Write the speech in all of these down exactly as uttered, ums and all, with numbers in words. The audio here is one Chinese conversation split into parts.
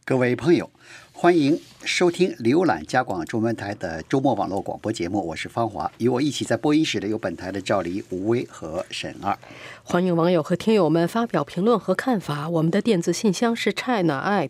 各位朋友，欢迎收听浏览加广中文台的周末网络广播节目，我是方华，与我一起在播音室的有本台的赵黎、吴威和沈二。 欢迎网友和听友们发表评论和看法，我们的电子信箱是 china at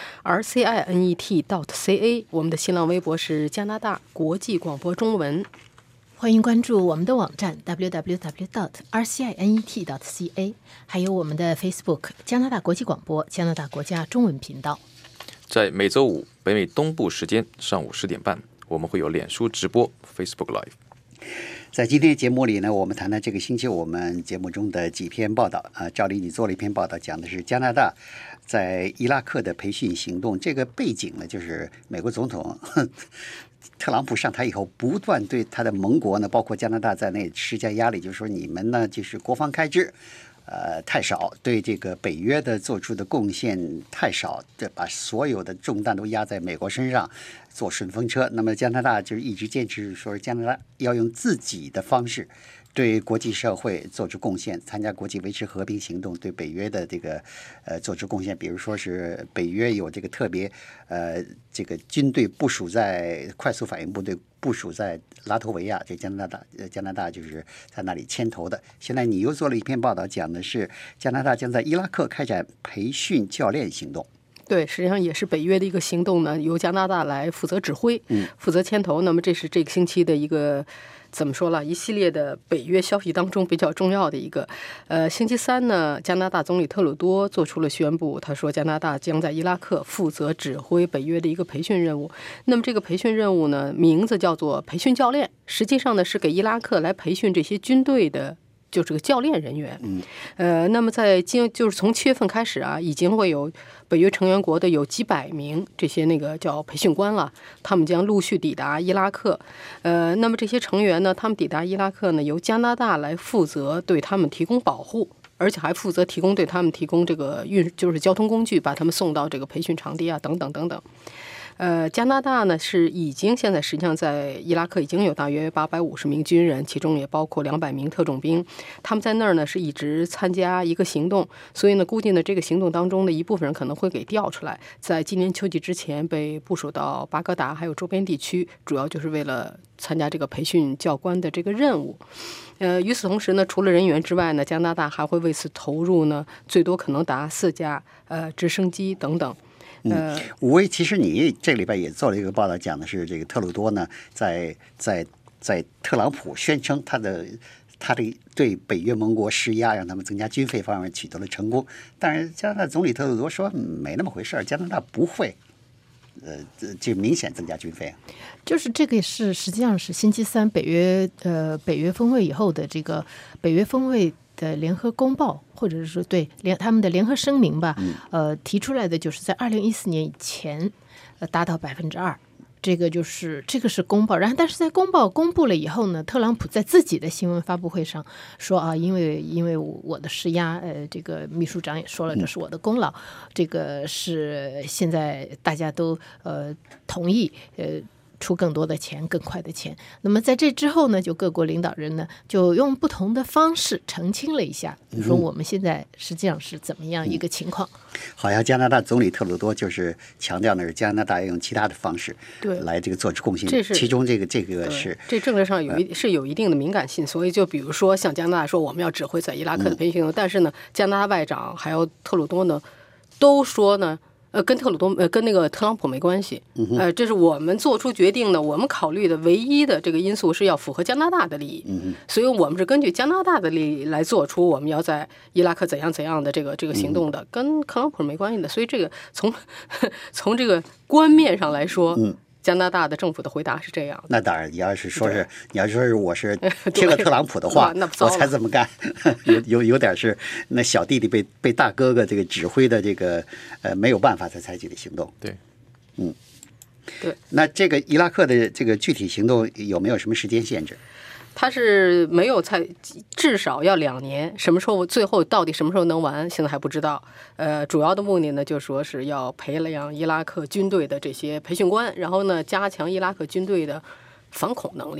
r c i n e t dot c a， 我们的新浪微博是加拿大国际广播中文。 欢迎关注我们的网站 w w w dot r c i n e t dot c a， 还有我们的 Facebook 加拿大国际广播加拿大国家中文频道。 在每周五北美东部时间上午十点半，我们会有脸书直播 Facebook Live。 在今天节目里呢，我们谈谈这个星期我们节目中的几篇报道啊。照例你做了一篇报道，讲的是加拿大在伊拉克的培训行动。这个背景呢，就是美国总统特朗普上台以后，不断对他的盟国呢，包括加拿大在内施加压力，就是说你们呢，就是国防开支呃，太少，对这个北约的做出的贡献太少，这把所有的重担都压在美国身上，坐顺风车。那么加拿大就是一直坚持说，加拿大要用自己的方式对国际社会做出贡献，参加国际维持和平行动，对北约的这个呃做出贡献。比如说是北约有这个特别呃这个军队部署在快速反应部队部署在拉脱维亚，这加拿大加拿大就是在那里牵头的。现在你又做了一篇报道，讲的是加拿大将在伊拉克开展培训教练行动。 对，实际上也是北约的一个行动呢，由加拿大来负责指挥， 嗯， 负责牵头。那么这是这个星期的一个怎么说了，一系列的北约消息当中比较重要的一个。呃，星期三呢，加拿大总理特鲁多做出了宣布，他说加拿大将在伊拉克负责指挥北约的一个培训任务。那么这个培训任务呢，名字叫做培训教练，实际上呢是给伊拉克来培训这些军队的。就这个教练人员， 嗯， 呃，那么在今就是从七月份开始啊，已经会有北约成员国的有几百名这些那个叫培训官了，他们将陆续抵达伊拉克，呃，那么这些成员呢，他们抵达伊拉克呢，由加拿大来负责对他们提供保护，而且还负责提供对他们提供这个运就是交通工具，把他们送到这个培训场地啊，等等等等。呃，加拿大呢是已经现在实际上在伊拉克已经有大约八百五十名军人，其中也包括两百名特种兵，他们在那儿呢是一直参加一个行动，所以呢估计呢这个行动当中的一部分人可能会给调出来，在今年秋季之前被部署到巴格达还有周边地区，主要就是为了参加这个培训教官的这个任务。呃，与此同时呢，除了人员之外呢，加拿大还会为此投入呢最多可能达四架呃直升机等等。 嗯，吴威，其实你这个礼拜也做了一个报道，讲的是这个特鲁多呢，在在在特朗普宣称他的他的对北约盟国施压，让他们增加军费方面取得了成功。但是加拿大总理特鲁多说没那么回事儿，加拿大不会，呃，就明显增加军费。 就是这个是实际上是星期三北约呃北约峰会以后的这个北约峰会的联合公报，或者是说对联他们的联合声明吧，呃，提出来的就是在二零一四年以前，呃，达到百分之二，这个就是这个是公报。然后，但是在公报公布了以后呢，特朗普在自己的新闻发布会上说啊，因为因为我的施压，呃，这个秘书长也说了，这是我的功劳，这个是现在大家都呃同意，呃。出更多的钱，更快的钱。那么在这之后呢，就各国领导人呢，就用不同的方式澄清了一下，比如说我们现在实际上是怎么样一个情况。 嗯、好像加拿大总理特鲁多就是强调的是加拿大要用其他的方式来这个做出贡献。 这是其中这个这个是这政治上有一、呃、是有一定的敏感性，所以就比如说像加拿大说我们要指挥在伊拉克的培训、嗯，但是呢，加拿大外长还有特鲁多呢，都说呢。呃，跟特鲁多呃，跟那个特朗普没关系，呃，这是我们做出决定的，我们考虑的唯一的这个因素是要符合加拿大的利益， 嗯、 所以我们是根据加拿大的利益来做出我们要在伊拉克怎样怎样的这个这个行动的，嗯、跟特朗普没关系的，所以这个从从这个官面上来说， 嗯。 加拿大的政府的回答是这样。 那当然，你要是说是你要是说是我是听了特朗普的话，我才这么干，有有有点是那小弟弟被被大哥哥这个指挥的这个呃没有办法才采取的行动。 对， 嗯， 对。 那这个伊拉克的这个具体行动有没有什么时间限制？ 他是没有才，至少要两年，什么时候最后到底什么时候能完，现在还不知道。呃，主要的目的呢，就说是要培养伊拉克军队的这些培训官，然后呢，加强伊拉克军队的反恐能力。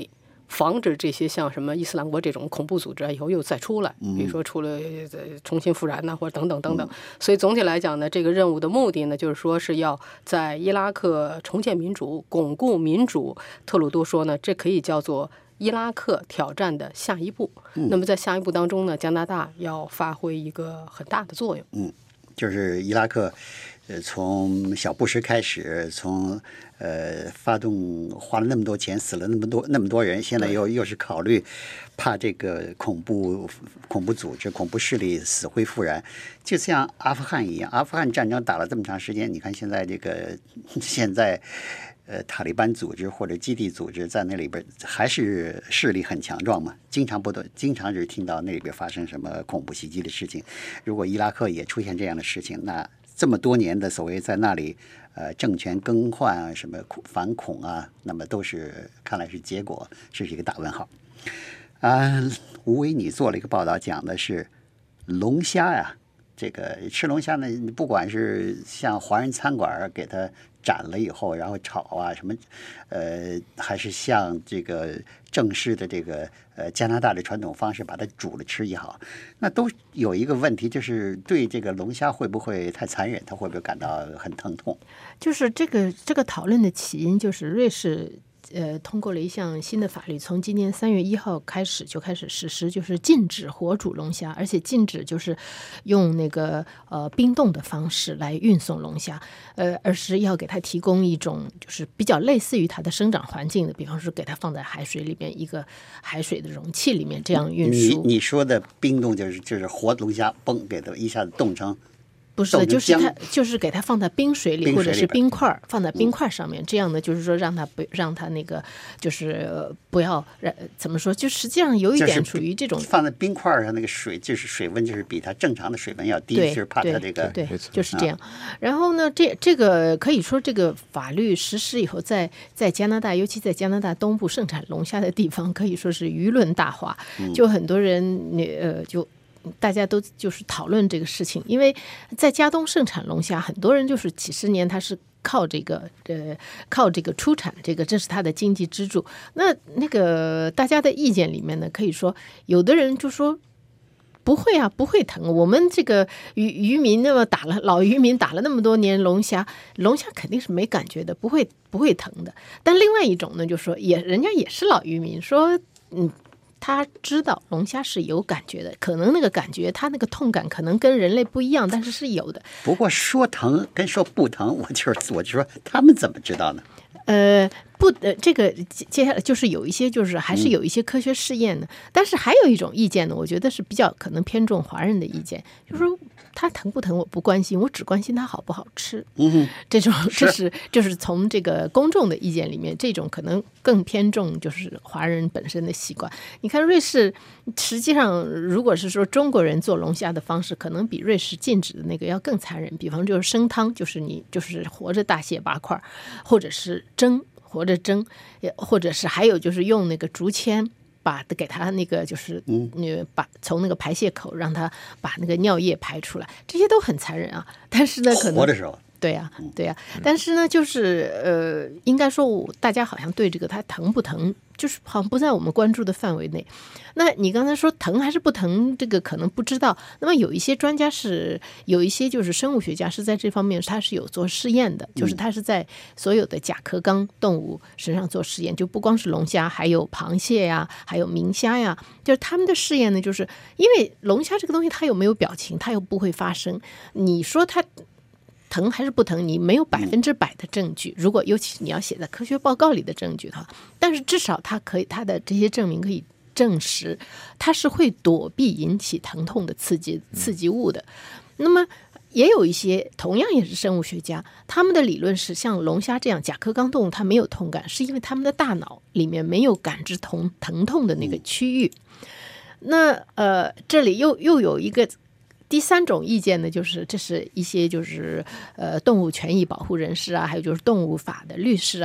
防止这些像什么伊斯兰国这种恐怖组织啊以后又再出来，比如说出了重新复燃呐、啊，或者等等等等。所以总体来讲呢，这个任务的目的呢，就是说是要在伊拉克重建民主、巩固民主。特鲁多说呢，这可以叫做伊拉克挑战的下一步。那么在下一步当中呢，加拿大要发挥一个很大的作用。 嗯，就是伊拉克。呃，从小布什开始，从呃发动花了那么多钱，死了那么多那么多人，现在又又是考虑怕这个恐怖恐怖组织、恐怖势力死灰复燃，就像阿富汗一样，阿富汗战争打了这么长时间，你看现在这个现在呃塔利班组织或者基地组织在那里边还是势力很强壮嘛，经常不断经常是听到那里边发生什么恐怖袭击的事情。如果伊拉克也出现这样的事情，那这么多年的所谓在那里，呃，政权更换啊，什么反恐啊，那么都是看来是结果，这是一个大问号。啊，吴伟，你做了一个报道，讲的是龙虾呀、啊，这个吃龙虾呢，不管是像华人餐馆给它斩了以后，然后炒啊什么，呃，还是像这个正式的这个呃加拿大的传统方式把它煮了吃也好，那都有一个问题，就是对这个龙虾会不会太残忍，它会不会感到很疼痛？ 就是这个这个讨论的起因，就是瑞士。呃，通过了一项新的法律，从今年三月一号开始就开始实施，就是禁止活煮龙虾，而且禁止就是用那个呃冰冻的方式来运送龙虾，呃，而是要给它提供一种就是比较类似于它的生长环境的，比方说给它放在海水里面一个海水的容器里面这样运输。 你你说的冰冻就是就是活龙虾，嘣给它一下子冻成。 不是的，就是它就是给它放在冰水里， 冰水里或者是冰块放在冰块上面，嗯、这样呢，就是说让它不让它那个就是不要怎么说，就实际上有一点属于这种、 就是、放在冰块上那个水，就是水温就是比它正常的水温要低，就是怕它这个对对就是这样。啊、然后呢，这这个可以说这个法律实施以后，在在加拿大，尤其在加拿大东部盛产龙虾的地方，可以说是舆论大化， 嗯、 就很多人呃就。大家都就是讨论这个事情，因为在加东盛产龙虾，很多人就是几十年他是靠这个呃靠这个出产这个，这是他的经济支柱。那那个大家的意见里面呢，可以说有的人就说不会啊，不会疼。我们这个渔渔民那么打了老渔民打了那么多年龙虾，龙虾肯定是没感觉的，不会不会疼的。但另外一种呢，就说也人家也是老渔民，说嗯。他知道龙虾是有感觉的，可能那个感觉，他那个痛感可能跟人类不一样，但是是有的。 不过说疼跟说不疼，我就是我就说他们怎么知道呢？ 呃，不，呃，这个接下来就是有一些，就是还是有一些科学试验的。嗯、但是还有一种意见呢，我觉得是比较可能偏重华人的意见，就是说它疼不疼我不关心，我只关心它好不好吃。 嗯， 这种这是就是从这个公众的意见里面，这种可能更偏重就是华人本身的习惯。你看瑞士，实际上如果是说中国人做龙虾的方式，可能比瑞士禁止的那个要更残忍。比方就是生汤，就是你就是活着大卸八块，或者是蒸。活着蒸，或者是还有就是用那个竹签把给它那个就是嗯，把从那个排泄口让它把那个尿液排出来，这些都很残忍啊。但是呢，可能活的时候， 对呀、啊，对呀、啊。但是呢，就是呃，应该说大家好像对这个它疼不疼，就是好像不在我们关注的范围内。那你刚才说疼还是不疼，这个可能不知道。那么有一些专家是有一些就是生物学家是在这方面他是有做试验的，就是他是在所有的甲壳纲动物身上做实验，就不光是龙虾，还有螃蟹呀，还有明虾呀。就是他们的试验呢，就是因为龙虾这个东西它又没有表情，它又不会发声，你说它疼还是不疼，你没有百分之百的证据，如果尤其你要写在科学报告里的证据的话，但是至少它可以，它的这些证明可以证实它是会躲避引起疼痛的刺激刺激物的。那么也有一些同样也是生物学家，他们的理论是像龙虾这样甲壳纲动物它没有痛感，是因为他们的大脑里面没有感知疼疼痛的那个区域。那呃，这里又又有一个第三种意见呢，就是这是一些就是呃动物权益保护人士啊，还有就是动物法的律师啊，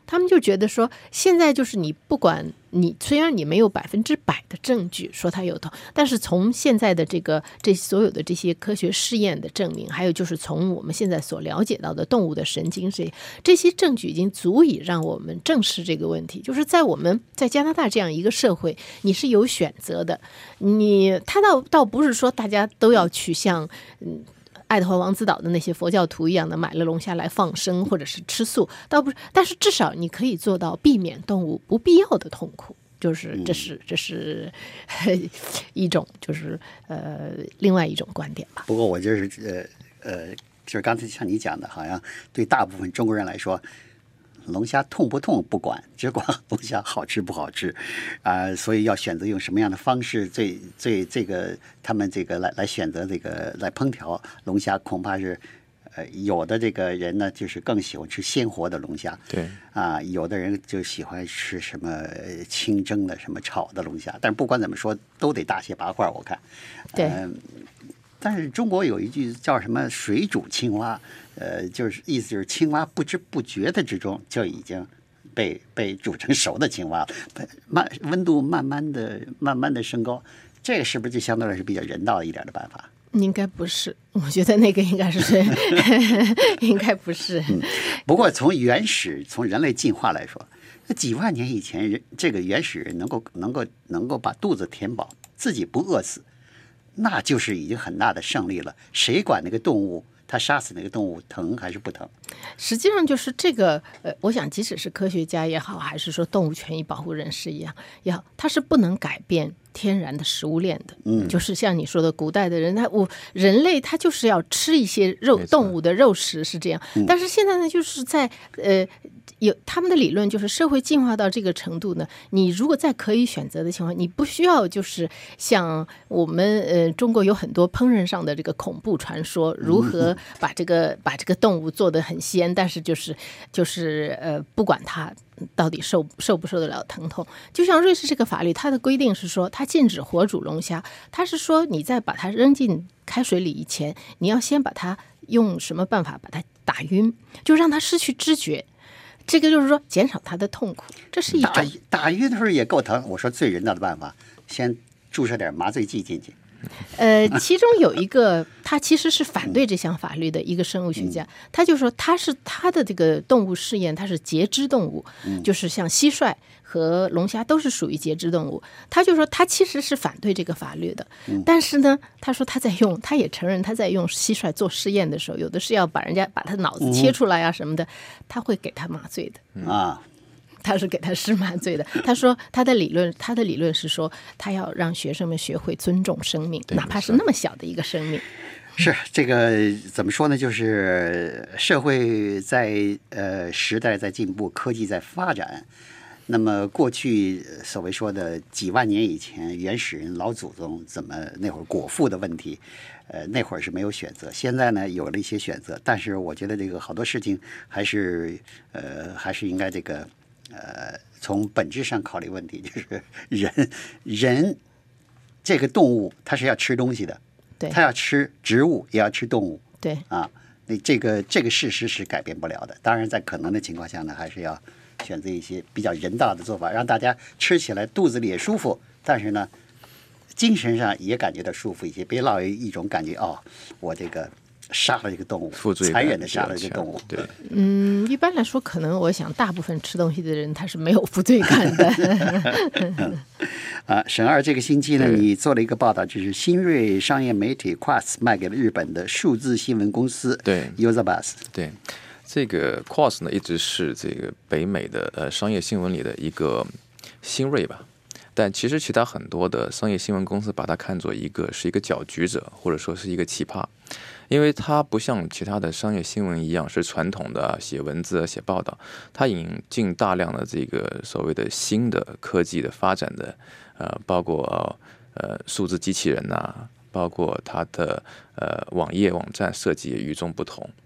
他们就觉得说，现在就是你不管你虽然你没有百分之百的证据说它有痛，但是从现在的这个这所有的这些科学试验的证明，还有就是从我们现在所了解到的动物的神经这这些证据已经足以让我们正视这个问题。就是在我们在加拿大这样一个社会，你是有选择的，你他倒倒不是说大家都要去像嗯。爱德华王子岛的那些佛教徒一样的买了龙虾来放生或者是吃素，倒不是，但是至少你可以做到避免动物不必要的痛苦，就是这是这是一种就是呃另外一种观点吧。 不过我就是呃呃，就是刚才像你讲的，好像对大部分中国人来说，龙虾痛不痛不管，只管龙虾好吃不好吃啊、呃，所以要选择用什么样的方式最最这个他们这个来来选择这个来烹调龙虾，恐怕是呃有的这个人呢就是更喜欢吃鲜活的龙虾， 对啊，有的人就喜欢吃什么清蒸的、什么炒的龙虾，但是不管怎么说都得大卸八块，我看， 对。 呃但是中国有一句叫什么"水煮青蛙"，呃，就是意思就是青蛙不知不觉的之中就已经被被煮成熟的青蛙了，慢温度慢慢的慢慢的升高，这个是不是就相对来说比较人道一点的办法？ 应该不是，我觉得那个应该是应该不是、 嗯。不过从原始从人类进化来说，几万年以前人这个原始人能够能够能够把肚子填饱，自己不饿死，那就是已经很大的胜利了。谁管那个动物，他杀死那个动物疼还是不疼？ 实际上就是这个，呃，我想即使是科学家也好，还是说动物权益保护人士一样也好，他是不能改变天然的食物链的。 嗯， 就是像你说的，古代的人，他我人类他就是要吃一些肉动物的肉食是这样， 嗯、 但是现在呢，就是在呃。有他们的理论就是社会进化到这个程度呢，你如果在可以选择的情况，你不需要就是像我们呃中国有很多烹饪上的这个恐怖传说，如何把这个把这个动物做得很鲜，但是就是就是呃不管它到底受受不受得了疼痛。就像瑞士这个法律，它的规定是说，它禁止活煮龙虾，它是说你在把它扔进开水里以前，你要先把它用什么办法把它打晕，就让它失去知觉。这个就是说减少他的痛苦，这是一种打, 打晕的时候也够疼。我说最人道的办法，先注射点麻醉剂进去。 呃，其中有一个他其实是反对这项法律的一个生物学家，他就说他是他的这个动物试验，他是节肢动物，就是像蟋蟀和龙虾都是属于节肢动物。他就说他其实是反对这个法律的，但是呢，他说他在用，他也承认他在用蟋蟀做试验的时候，有的是要把人家把他脑子切出来啊什么的，他会给他麻醉的啊。 他是给他施麻醉的。他说他的理论，他的理论是说，他要让学生们学会尊重生命，哪怕是那么小的一个生命。 是这个怎么说呢？就是社会在呃时代在进步，科技在发展。那么过去所谓说的几万年以前，原始人老祖宗怎么那会儿果腹的问题，呃，那会儿是没有选择。现在呢，有了一些选择，但是我觉得这个好多事情还是呃还是应该这个。呃，从本质上考虑问题，就是人人这个动物它是要吃东西的， 对， 它要吃植物，也要吃动物， 对啊，那这个这个事实是改变不了的。当然，在可能的情况下呢，还是要选择一些比较人道的做法，让大家吃起来肚子里也舒服，但是呢，精神上也感觉到舒服一些，别老有一种感觉哦，我这个。杀了这个动物，残忍的杀了这个动物。 对， 嗯，一般来说，可能我想，大部分吃东西的人他是没有负罪感的。 嗯、啊，沈二这个星期呢，你做了一个报道，就是新锐商业媒体 Quartz 卖给了日本的数字新闻公司， 对 Usabus。 对，这个 Quartz 呢，一直是这个北美的呃商业新闻里的一个新锐吧。但其实其他很多的商业新闻公司把它看作一个是一个搅局者，或者说是一个奇葩，因为它不像其他的商业新闻一样是传统的写文字、写报道，它引进大量的这个所谓的新的科技的发展的，呃，包括呃数字机器人呐、啊，包括它的呃网页网站设计也与众不同。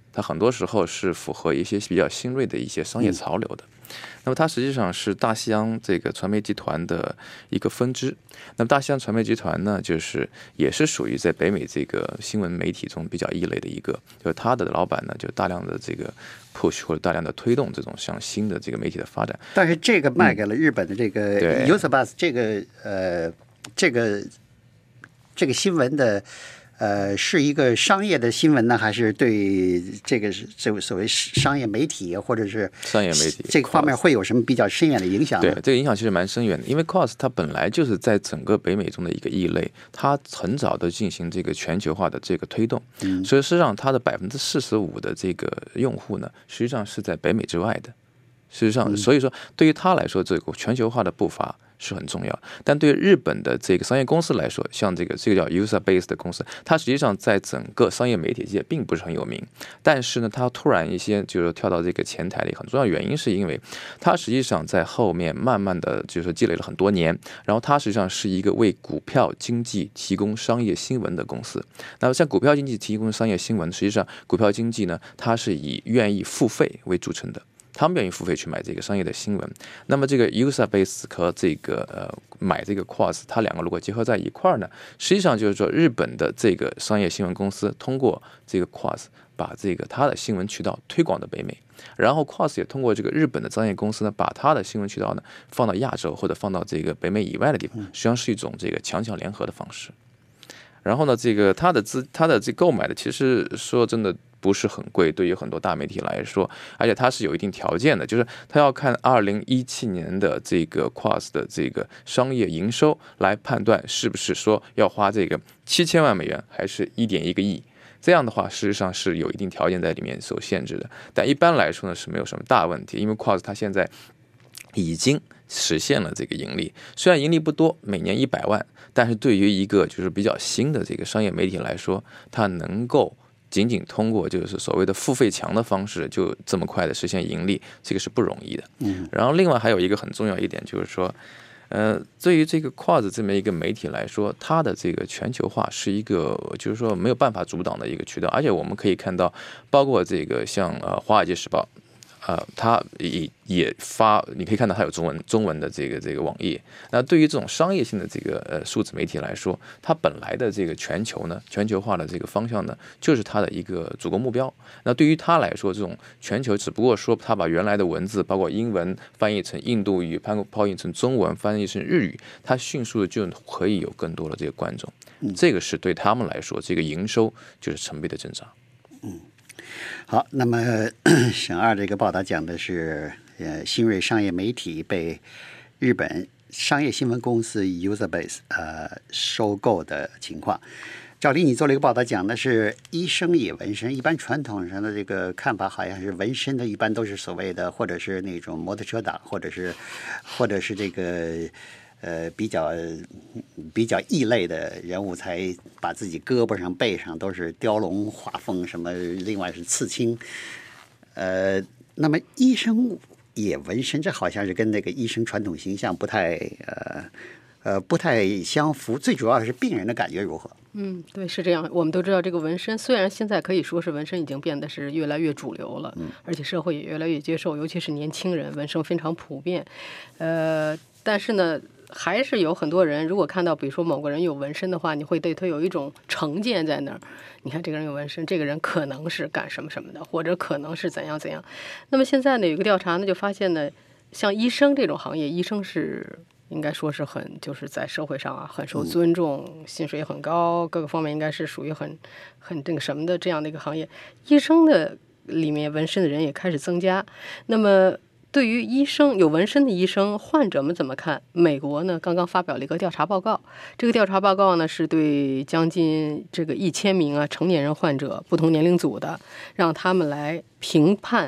它很多时候是符合一些比较新锐的一些商业潮流的。那么它实际上是大西洋这个传媒集团的一个分支。那么大西洋传媒集团呢，就是也是属于在北美这个新闻媒体中比较异类的一个，就是它的老板呢就大量的这个 push 或者大量的推动这种像新的这个媒体的发展。 但是这个卖给了日本的这个对 Usabus 这个呃这个这个新闻的。呃，是一个商业的新闻呢，还是对这个这个所谓商业媒体或者是商业媒体这个方面会有什么比较深远的影响呢？ 对，这个影响其实蛮深远的，因为 Q O S 它本来就是在整个北美中的一个异类，它很早的进行这个全球化的这个推动，嗯、所以实际上它的百分之四十五的这个用户呢，实际上是在北美之外的。事实上，所以说对于他来说，这个全球化的步伐是很重要。但对于日本的这个商业公司来说，像这个这个叫 Usabase 的公司，它实际上在整个商业媒体界并不是很有名。但是呢，它突然一些就是跳到这个前台里，很重要的原因是因为它实际上在后面慢慢的就是积累了很多年，然后它实际上是一个为股票经济提供商业新闻的公司。那么像股票经济提供商业新闻，实际上股票经济呢，它是以愿意付费为著称的。他们愿意付费去买这个商业的新闻，那么这个 Usabase 和这个呃买这个 Q O S， 它两个如果结合在一块儿呢，实际上就是说日本的这个商业新闻公司通过这个 Q O S 把这个它的新闻渠道推广到北美，然后 Q O S 也通过这个日本的商业公司呢，把它的新闻渠道呢放到亚洲或者放到这个北美以外的地方，实际上是一种这个强强联合的方式。然后呢，这个它的资它的这购买的其实说真的不是很贵，对于很多大媒体来说，而且它是有一定条件的，就是它要看二零一七年的这个 Q O S 的这个商业营收来判断是不是说要花这个七千万美元还是一点一个亿。这样的话，事实上是有一定条件在里面所限制的，但一般来说呢是没有什么大问题，因为 Q O S 它现在已经实现了这个盈利，虽然盈利不多，每年一百万，但是对于一个就是比较新的这个商业媒体来说，它能够仅仅通过就是所谓的付费墙的方式就这么快的实现盈利，这个是不容易的。嗯，然后另外还有一个很重要一点就是说，呃，对于这个 Q O S 这么一个媒体来说，它的这个全球化是一个就是说没有办法阻挡的一个渠道，而且我们可以看到，包括这个像呃《华尔街时报》。呃，它也也发，你可以看到它有中文中文的这个这个网页。那对于这种商业性的这个呃数字媒体来说，它本来的这个全球呢，全球化的这个方向呢，就是它的一个主攻目标。那对于它来说，这种全球只不过说它把原来的文字，包括英文翻译成印度语，翻译成中文，翻译成日语，它迅速的就可以有更多的这个观众。这个是对他们来说，这个营收就是成倍的增长。 嗯。好，那么沈二这个报道讲的是，呃，新锐商业媒体被日本商业新闻公司 Usabase 呃收购的情况。赵黎，你做了一个报道，讲的是医生也纹身。一般传统上的这个看法，好像是纹身的，一般都是所谓的，或者是那种摩托车党，或者是，或者是这个。呃，比较比较异类的人物才把自己胳膊上、背上都是雕龙画凤，什么另外是刺青。呃，那么医生也纹身，这好像是跟那个医生传统形象不太呃呃不太相符。最主要是病人的感觉如何？ 嗯，对，是这样。我们都知道，这个纹身虽然现在可以说是纹身已经变得是越来越主流了，嗯、而且社会也越来越接受，尤其是年轻人纹身非常普遍。呃，但是呢。还是有很多人，如果看到比如说某个人有纹身的话，你会对他有一种成见在那儿。你看这个人有纹身，这个人可能是干什么什么的，或者可能是怎样怎样。那么现在呢，有一个调查呢，就发现呢，像医生这种行业，医生是应该说是很就是在社会上啊很受尊重，薪水也很高，各个方面应该是属于很很这个什么的这样的一个行业。医生的里面纹身的人也开始增加。那么对于医生有纹身的医生，患者们怎么看？美国呢刚刚发表了一个调查报告，这个调查报告呢是对将近这个一千名啊成年人患者不同年龄组的，让他们来评判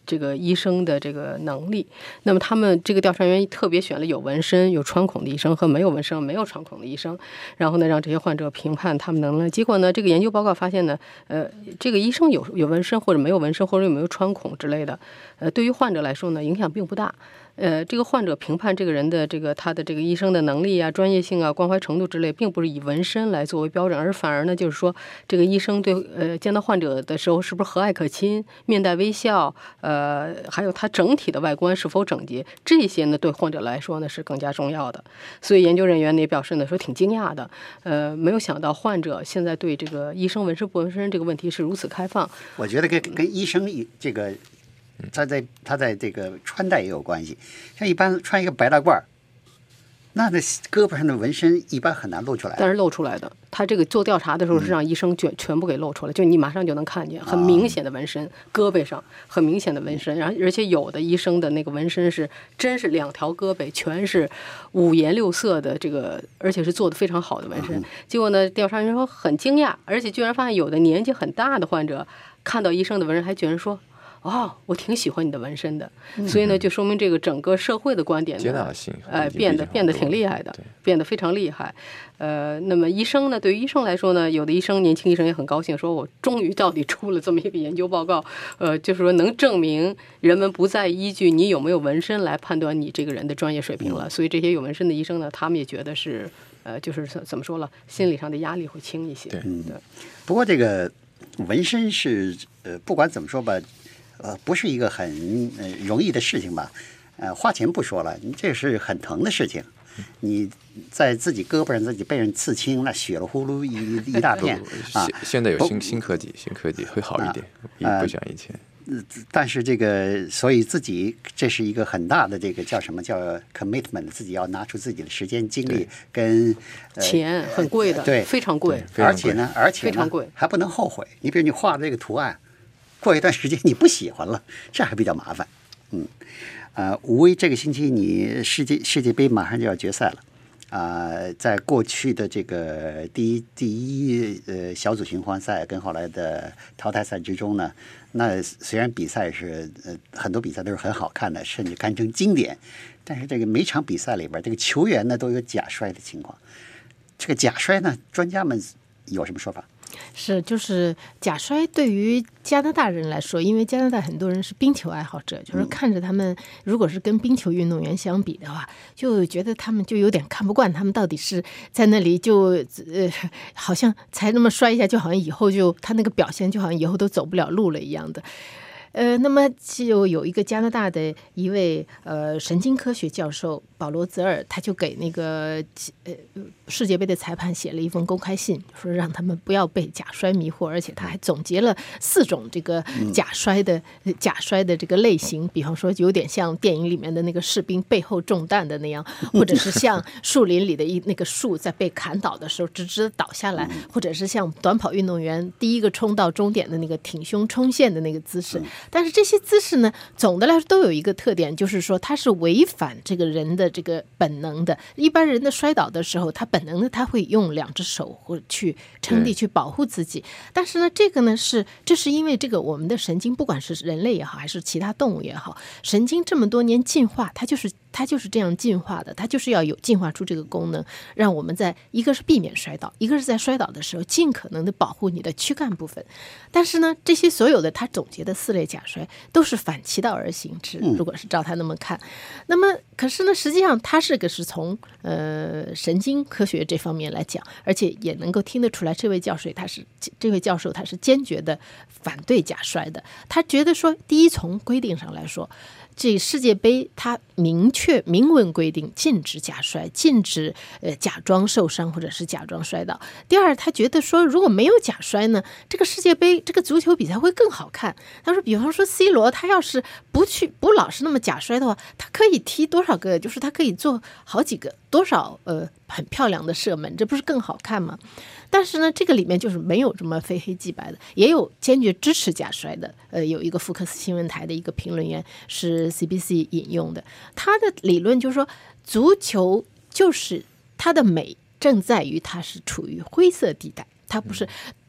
这个医生的这个能力。那么他们这个调查员特别选了有纹身、有穿孔的医生和没有纹身、没有穿孔的医生，然后呢，让这些患者评判他们能力。结果呢，这个研究报告发现呢，呃，这个医生有有纹身或者没有纹身或者有没有穿孔之类的，呃，对于患者来说呢，影响并不大。呃，这个患者评判这个人的这个他的这个医生的能力啊、专业性啊、关怀程度之类，并不是以纹身来作为标准，而反而呢，就是说这个医生对呃见到患者的时候是不是和蔼可亲、面带微笑，呃，还有他整体的外观是否整洁，这些呢对患者来说呢是更加重要的。所以研究人员呢也表示呢说挺惊讶的，呃，没有想到患者现在对这个医生纹身不纹身这个问题是如此开放。 我觉得跟跟医生这个。他在他在这个穿戴也有关系，像一般穿一个白大褂，那那胳膊上的纹身一般很难露出来， 但是露出来的。他这个做调查的时候是让医生全全部给露出来，就你马上就能看见很明显的纹身，胳膊上很明显的纹身，然后而且有的医生的那个纹身是真是两条胳膊全是五颜六色的这个，而且是做的非常好的纹身。结果呢，调查员说很惊讶，而且居然发现有的年纪很大的患者看到医生的纹身还居然说。哦，我挺喜欢你的纹身的，所以呢，就说明这个整个社会的观点呢， 接纳性， 呃，变得变得挺厉害的，变得非常厉害。呃，那么医生呢，对于医生来说呢，有的医生年轻医生也很高兴，说我终于到底出了这么一个研究报告，呃，就是说能证明人们不再依据你有没有纹身来判断你这个人的专业水平了。所以这些有纹身的医生呢，他们也觉得是，呃，就是怎么说了，心理上的压力会轻一些。 对， 对。 不过这个纹身是，呃，不管怎么说吧。呃，不是一个很呃容易的事情吧？呃，花钱不说了，你这是很疼的事情。你在自己胳膊上、自己背上刺青，那血了呼噜一一大片啊！ 现在有新新科技，新科技会好一点， 啊、 不像以前。 呃，但是这个，所以自己这是一个很大的这个叫什么叫 commitment， 自己要拿出自己的时间、精力跟、 呃、钱，很贵的， 对， 非常贵， 而且呢，而且呢， 非常贵， 还不能后悔。你比如你画的这个图案。过一段时间你不喜欢了，这还比较麻烦。嗯，呃，吴威，这个星期你世界世界杯马上就要决赛了，啊、呃，在过去的这个第一第一呃小组循环赛跟后来的淘汰赛之中呢，那虽然比赛是呃很多比赛都是很好看的，甚至堪称经典，但是这个每场比赛里边，这个球员呢都有假摔的情况。这个假摔呢，专家们有什么说法？ 是，就是假摔对于加拿大人来说，因为加拿大很多人是冰球爱好者，就是看着他们，如果是跟冰球运动员相比的话，就觉得他们就有点看不惯，他们到底是在那里就呃，好像才那么摔一下，就好像以后就他那个表现就好像以后都走不了路了一样的。呃，那么就有一个加拿大的一位呃神经科学教授保罗泽尔，他就给那个呃世界杯的裁判写了一封公开信，说让他们不要被假摔迷惑，而且他还总结了四种这个假摔的、嗯、假摔的这个类型，比方说有点像电影里面的那个士兵背后中弹的那样，或者是像树林里的一那个树在被砍倒的时候直直倒下来，或者是像短跑运动员第一个冲到终点的那个挺胸冲线的那个姿势。但是这些姿势呢，总的来说都有一个特点，就是说它是违反这个人的这个本能的。一般人的摔倒的时候，他本能的他会用两只手或去撑地去保护自己。但是呢，这个呢是这是因为这个我们的神经，不管是人类也好，还是其他动物也好，神经这么多年进化，它就是它就是这样进化的，它就是要有进化出这个功能，让我们在一个是避免摔倒，一个是在摔倒的时候尽可能的保护你的躯干部分。但是呢，这些所有的他总结的四类假摔都是反其道而行之，如果是照他那么看，那么可是呢，实际上他是个是从呃神经科学这方面来讲，而且也能够听得出来，这位教授他是这位教授他是坚决的反对假摔的。他觉得说，第一，从规定上来说，这世界杯它明确明文规定禁止假摔，禁止呃假装受伤或者是假装摔倒。第二，他觉得说，如果没有假摔呢，这个世界杯这个足球比赛会更好看。他说，比方说 C 罗，他要是不去不老是那么假摔的话，他可以踢多少个，就是他可以做好几个多少呃很漂亮的射门，这不是更好看吗？但是呢，这个里面就是没有这么非黑即白的，也有坚决支持假摔的。呃，有一个福克斯新闻台的一个评论员是 C B C 引用的，他的理论就是说，足球就是它的美正在于它是处于灰色地带，它不是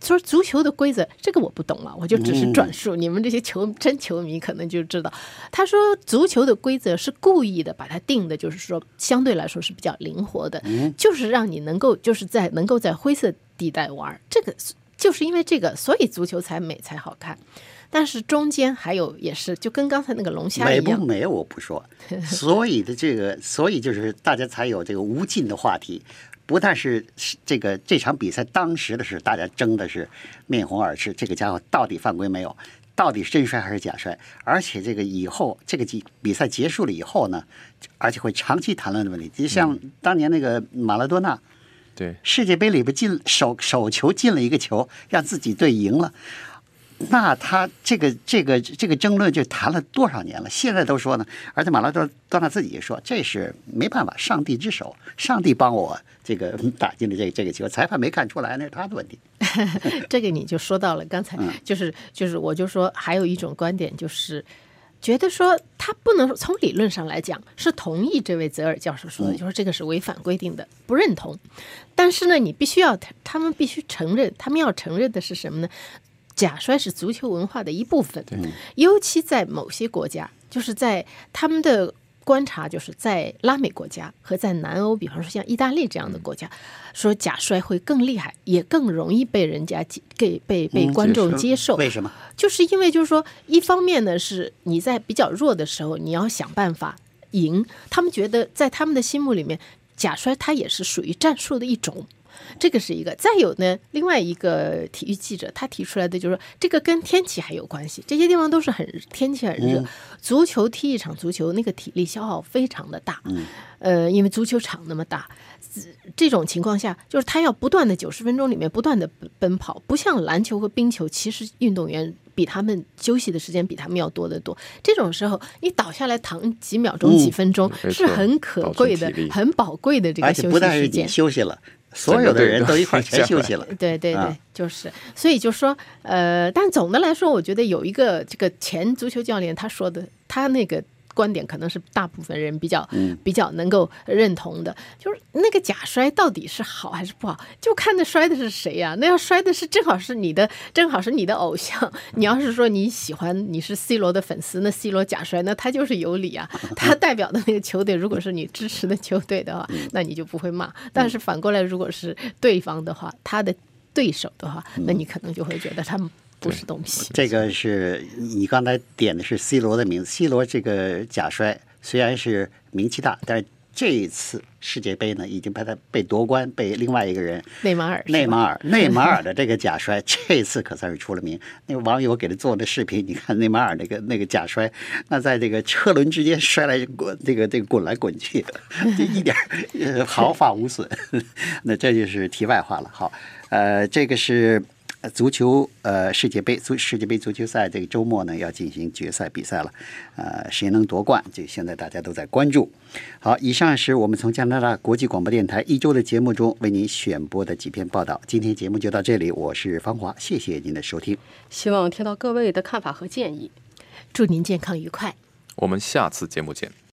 说足球的规则，这个我不懂啊，我就只是转述，你们这些球真球迷可能就知道。他说足球的规则是故意的把它定的，就是说相对来说是比较灵活的，就是让你能够就是在能够在灰色地带玩，这个就是因为这个，所以足球才美才好看。但是中间还有也是就跟刚才那个龙虾一样， 美不美我不说，所以的这个，所以就是大家才有这个无尽的话题。不但是这个这场比赛当时的是大家争的是面红耳赤，这个家伙到底犯规没有，到底是真摔还是假摔？而且这个以后这个比赛结束了以后呢，而且会长期谈论的问题，就像当年那个马拉多纳， 对， 世界杯里边进手手球进了一个球，让自己队赢了。那他这个这个这个争论就谈了多少年了？现在都说呢，而且马拉多纳自己也说，这是没办法，上帝之手，上帝帮我这个打进了这个这个球，裁判没看出来，那是他的问题。 这个你就说到了，刚才就是就是我就说还有一种观点就是。觉得说他不能从理论上来讲是同意这位泽尔教授说的，就是这个是违反规定的，不认同。但是呢，你必须要他们必须承认，他们要承认的是什么呢？假摔是足球文化的一部分，尤其在某些国家，就是在他们的观察，就是在拉美国家和在南欧，比方说像意大利这样的国家，说假摔会更厉害，也更容易被人家给被被观众接受。 为什么？ 就是因为就是说，一方面呢是你在比较弱的时候，你要想办法赢。他们觉得在他们的心目里面，假摔它也是属于战术的一种。这个是一个，再有呢，另外一个体育记者他提出来的就是说，这个跟天气还有关系，这些地方都是很天气很热，嗯、足球踢一场足球，那个体力消耗非常的大，嗯、呃，因为足球场那么大，这种情况下，就是他要不断的九十分钟里面不断的奔跑，不像篮球和冰球，其实运动员比他们休息的时间比他们要多得多。这种时候，你倒下来躺几秒钟、嗯、几分钟是很可贵的、很宝贵的这个休息时间。 而且不但是你休息了。所有的人都一块全休息了， 对对对，就是，所以就说，呃，但总的来说，我觉得有一个这个前足球教练他说的，他那个观点可能是大部分人比较、嗯、比较能够认同的，就是那个假摔到底是好还是不好，就看那摔的是谁呀、啊？那要摔的是正好是你的，正好是你的偶像。你要是说你喜欢，你是 C 罗的粉丝，那 C 罗假摔，那他就是有理啊。他代表的那个球队，如果是你支持的球队的话，那你就不会骂。但是反过来，如果是对方的话，他的对手的话，那你可能就会觉得他们不是东西。 这个是你刚才点的是 C 罗的名字 ，C 罗这个假摔虽然是名气大，但是这一次世界杯呢，已经被他被夺冠，被另外一个人内马尔， 内马尔，内马尔的这个假摔，这次可算是出了名。那个网友给他做的视频，你看内马尔那个那个假摔，那在这个车轮之间摔来滚，这个这个滚来滚去，就一点呃毫发无损。那这就是题外话了。好，呃，这个是。足球呃世界杯足世界杯足球赛这个周末呢要进行决赛比赛了，呃谁能夺冠？这现在大家都在关注。好，以上是我们从加拿大国际广播电台一周的节目中为您选播的几篇报道。今天节目就到这里，我是方华，谢谢您的收听。 希望听到各位的看法和建议， 祝您健康愉快。 我们下次节目见。